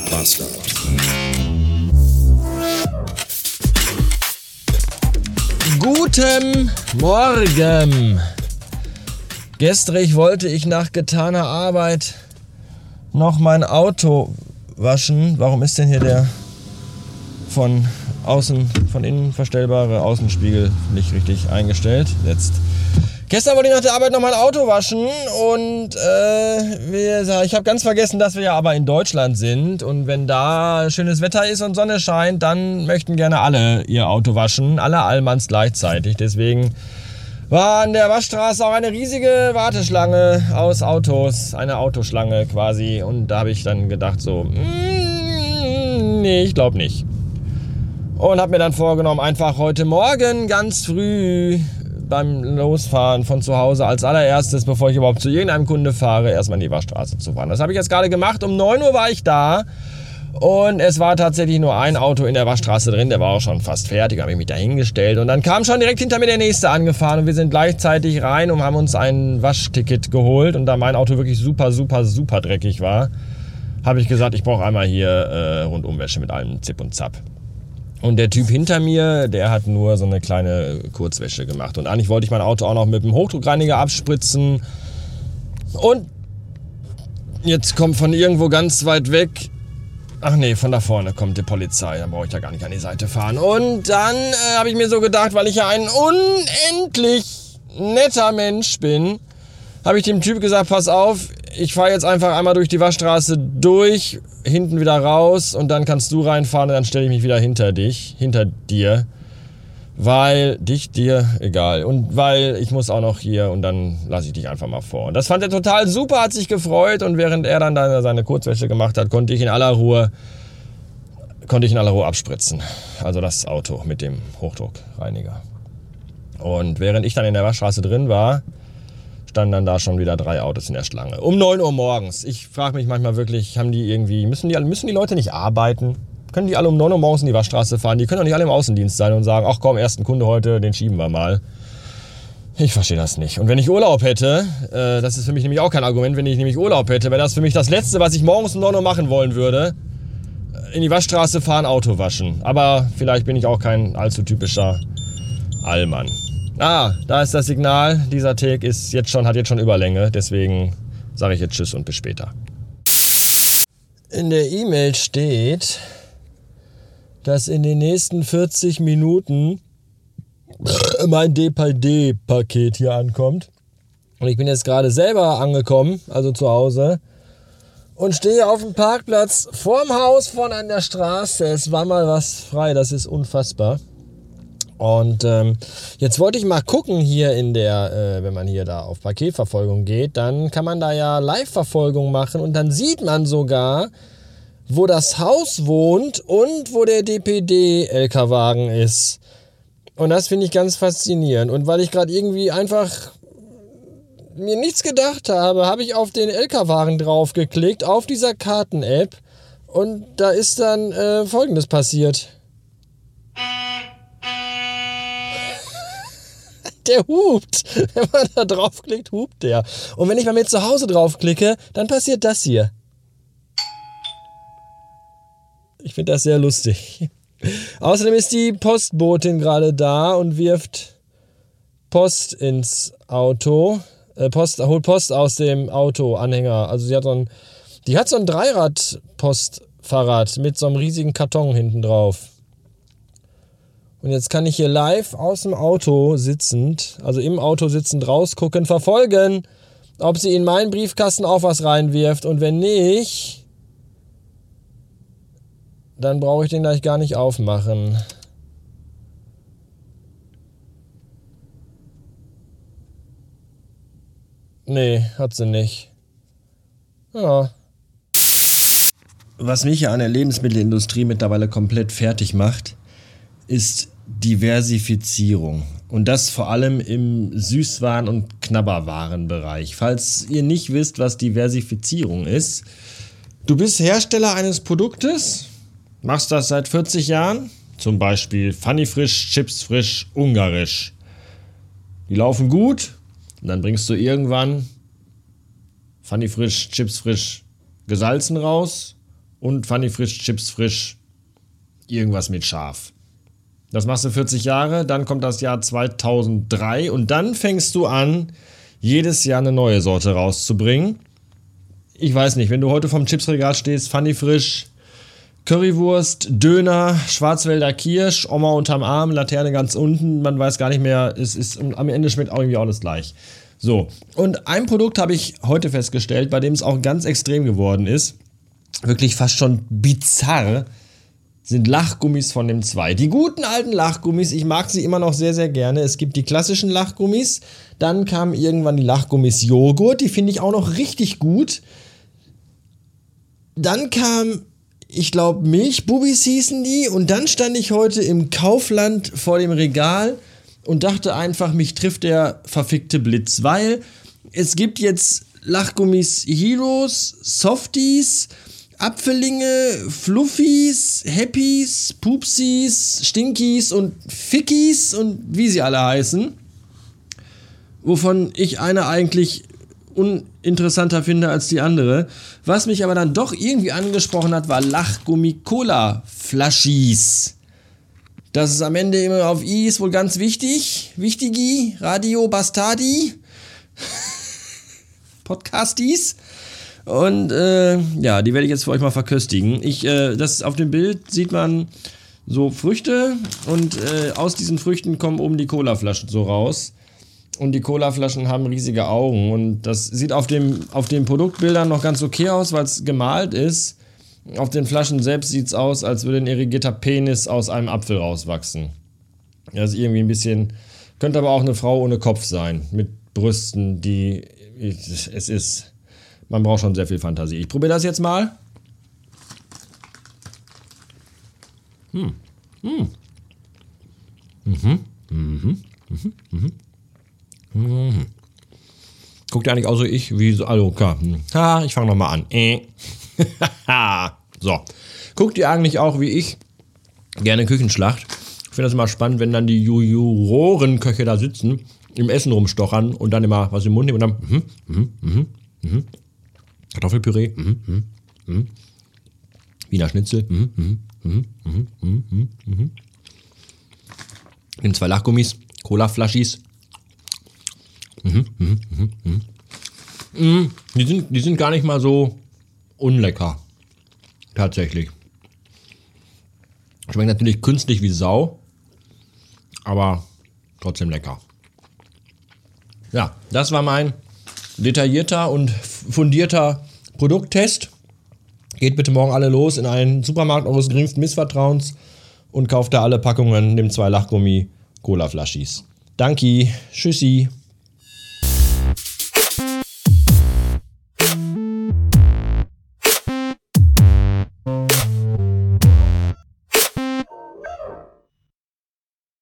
Master. Guten Morgen. Gestrig wollte ich nach getaner Arbeit noch mein Auto waschen. Warum ist denn hier der von innen verstellbare Außenspiegel nicht richtig eingestellt? Jetzt. Gestern wollte ich nach der Arbeit noch mein Auto waschen und ich habe ganz vergessen, dass wir ja aber in Deutschland sind und wenn da schönes Wetter ist und Sonne scheint, dann möchten gerne alle ihr Auto waschen, alle Allmanns gleichzeitig. Deswegen war an der Waschstraße auch eine riesige Warteschlange aus Autos, eine Autoschlange quasi und da habe ich dann gedacht so, nee, ich glaube nicht. Und habe mir dann vorgenommen, einfach heute Morgen ganz früh beim Losfahren von zu Hause als allererstes, bevor ich überhaupt zu irgendeinem Kunde fahre, erstmal in die Waschstraße zu fahren. Das habe ich jetzt gerade gemacht. Um 9 Uhr war ich da und es war tatsächlich nur ein Auto in der Waschstraße drin. Der war auch schon fast fertig, habe ich mich da hingestellt und dann kam schon direkt hinter mir der nächste angefahren und wir sind gleichzeitig rein und haben uns ein Waschticket geholt und da mein Auto wirklich super dreckig war, habe ich gesagt, ich brauche einmal hier Rundumwäsche mit allem Zip und Zap. Und der Typ hinter mir, der hat nur so eine kleine Kurzwäsche gemacht. Und eigentlich wollte ich mein Auto auch noch mit dem Hochdruckreiniger abspritzen. Und jetzt kommt von irgendwo ganz weit weg, ach nee, von da vorne kommt die Polizei. Da brauche ich ja gar nicht an die Seite fahren. Und dann habe ich mir so gedacht, weil ich ja ein unendlich netter Mensch bin, habe ich dem Typ gesagt, pass auf, ich fahre jetzt einfach einmal durch die Waschstraße durch, hinten wieder raus und dann kannst du reinfahren und dann stelle ich mich wieder hinter dir, weil egal, und weil ich muss auch noch hier und dann lasse ich dich einfach mal vor. Und das fand er total super, hat sich gefreut und während er dann seine Kurzwäsche gemacht hat, konnte ich in aller Ruhe abspritzen. Also das Auto mit dem Hochdruckreiniger. Und während ich dann in der Waschstraße drin war, standen dann da schon wieder 3 Autos in der Schlange. Um 9 Uhr morgens. Ich frage mich manchmal wirklich, müssen die Leute nicht arbeiten? Können die alle um 9 Uhr morgens in die Waschstraße fahren? Die können doch nicht alle im Außendienst sein und sagen, ach komm, ersten Kunde heute, den schieben wir mal. Ich verstehe das nicht. Und wenn ich Urlaub hätte, das ist für mich nämlich auch kein Argument, wenn ich nämlich Urlaub hätte, wäre das für mich das Letzte, was ich morgens um 9 Uhr machen wollen würde. In die Waschstraße fahren, Auto waschen. Aber vielleicht bin ich auch kein allzu typischer Allmann. Ah, da ist das Signal. Dieser Take hat jetzt schon Überlänge. Deswegen sage ich jetzt Tschüss und bis später. In der E-Mail steht, dass in den nächsten 40 Minuten mein DPD-Paket hier ankommt. Und ich bin jetzt gerade selber angekommen, also zu Hause, und stehe auf dem Parkplatz vorm Haus von an der Straße. Es war mal was frei, das ist unfassbar. Und jetzt wollte ich mal gucken hier wenn man hier da auf Paketverfolgung geht, dann kann man da ja Live-Verfolgung machen und dann sieht man sogar, wo das Haus wohnt und wo der DPD-LKW-Wagen ist. Und das finde ich ganz faszinierend. Und weil ich gerade irgendwie einfach mir nichts gedacht habe, habe ich auf den LKW-Wagen draufgeklickt, auf dieser Karten-App und da ist dann Folgendes passiert. Der hupt. Wenn man da draufklickt, hupt der. Und wenn ich mal mit zu Hause draufklicke, dann passiert das hier. Ich finde das sehr lustig. Außerdem ist die Postbotin gerade da und wirft Post ins Auto. Holt Post aus dem Autoanhänger. Also die hat so ein Dreirad-Postfahrrad mit so einem riesigen Karton hinten drauf. Und jetzt kann ich hier live aus dem Auto sitzend, also im Auto sitzend rausgucken, verfolgen, ob sie in meinen Briefkasten auch was reinwirft. Und wenn nicht, dann brauche ich den gleich gar nicht aufmachen. Nee, hat sie nicht. Ja. Was mich ja an der Lebensmittelindustrie mittlerweile komplett fertig macht, ist Diversifizierung. Und das vor allem im Süßwaren- und Knabberwarenbereich. Falls ihr nicht wisst, was Diversifizierung ist, du bist Hersteller eines Produktes, machst das seit 40 Jahren, zum Beispiel Funny Frisch, Chips Frisch, Ungarisch. Die laufen gut und dann bringst du irgendwann Funny Frisch, Chips Frisch, gesalzen raus und Funny Frisch, Chips frisch, irgendwas mit scharf. Das machst du 40 Jahre, dann kommt das Jahr 2003 und dann fängst du an, jedes Jahr eine neue Sorte rauszubringen. Ich weiß nicht, wenn du heute vom Chipsregal stehst, Funny Frisch, Currywurst, Döner, Schwarzwälder Kirsch, Oma unterm Arm, Laterne ganz unten, man weiß gar nicht mehr, es ist, und am Ende schmeckt auch irgendwie alles gleich. So, und ein Produkt habe ich heute festgestellt, bei dem es auch ganz extrem geworden ist, wirklich fast schon bizarr, sind Lachgummis von dem 2. Die guten alten Lachgummis, ich mag sie immer noch sehr, sehr gerne. Es gibt die klassischen Lachgummis, dann kamen irgendwann die Lachgummis Joghurt, die finde ich auch noch richtig gut. Dann kam, ich glaube, Milchbubis hießen die und dann stand ich heute im Kaufland vor dem Regal und dachte einfach, mich trifft der verfickte Blitz, weil es gibt jetzt Lachgummis Heroes, Softies, Apfellinge, Fluffies, Happies, Pupsies, Stinkies und Fickies und wie sie alle heißen, wovon ich eine eigentlich uninteressanter finde als die andere. Was mich aber dann doch irgendwie angesprochen hat, war Lachgummi-Cola-Flaschis. Das ist am Ende immer auf I, ist wohl ganz wichtig. Wichtigi, Radio Bastardi, Podcasties. Und ja, die werde ich jetzt für euch mal verköstigen. Das auf dem Bild sieht man so Früchte und aus diesen Früchten kommen oben die Colaflaschen so raus. Und die Colaflaschen haben riesige Augen. Und das sieht auf den Produktbildern noch ganz okay aus, weil es gemalt ist. Auf den Flaschen selbst sieht es aus, als würde ein irrigierter Penis aus einem Apfel rauswachsen. Das ist irgendwie ein bisschen, könnte aber auch eine Frau ohne Kopf sein. Mit Brüsten, man braucht schon sehr viel Fantasie. Ich probiere das jetzt mal. Guckt ihr eigentlich auch so also klar. Ich fange nochmal an. So. Guckt ihr eigentlich auch wie ich gerne Küchenschlacht? Ich finde das immer spannend, wenn dann die Jurorenköche da sitzen, im Essen rumstochern und dann immer was im Mund nehmen und dann Kartoffelpüree, Wiener Schnitzel, Nimm 2 Lachgummis, Cola-Flaschis. Die sind gar nicht mal so unlecker. Tatsächlich. Schmeckt natürlich künstlich wie Sau, aber trotzdem lecker. Ja, das war mein detaillierter und fundierter Produkttest. Geht bitte morgen alle los in einen Supermarkt eures geringsten Missvertrauens und kauft da alle Packungen, nimm 2 Lachgummi Cola-Flaschis. Danke, tschüssi.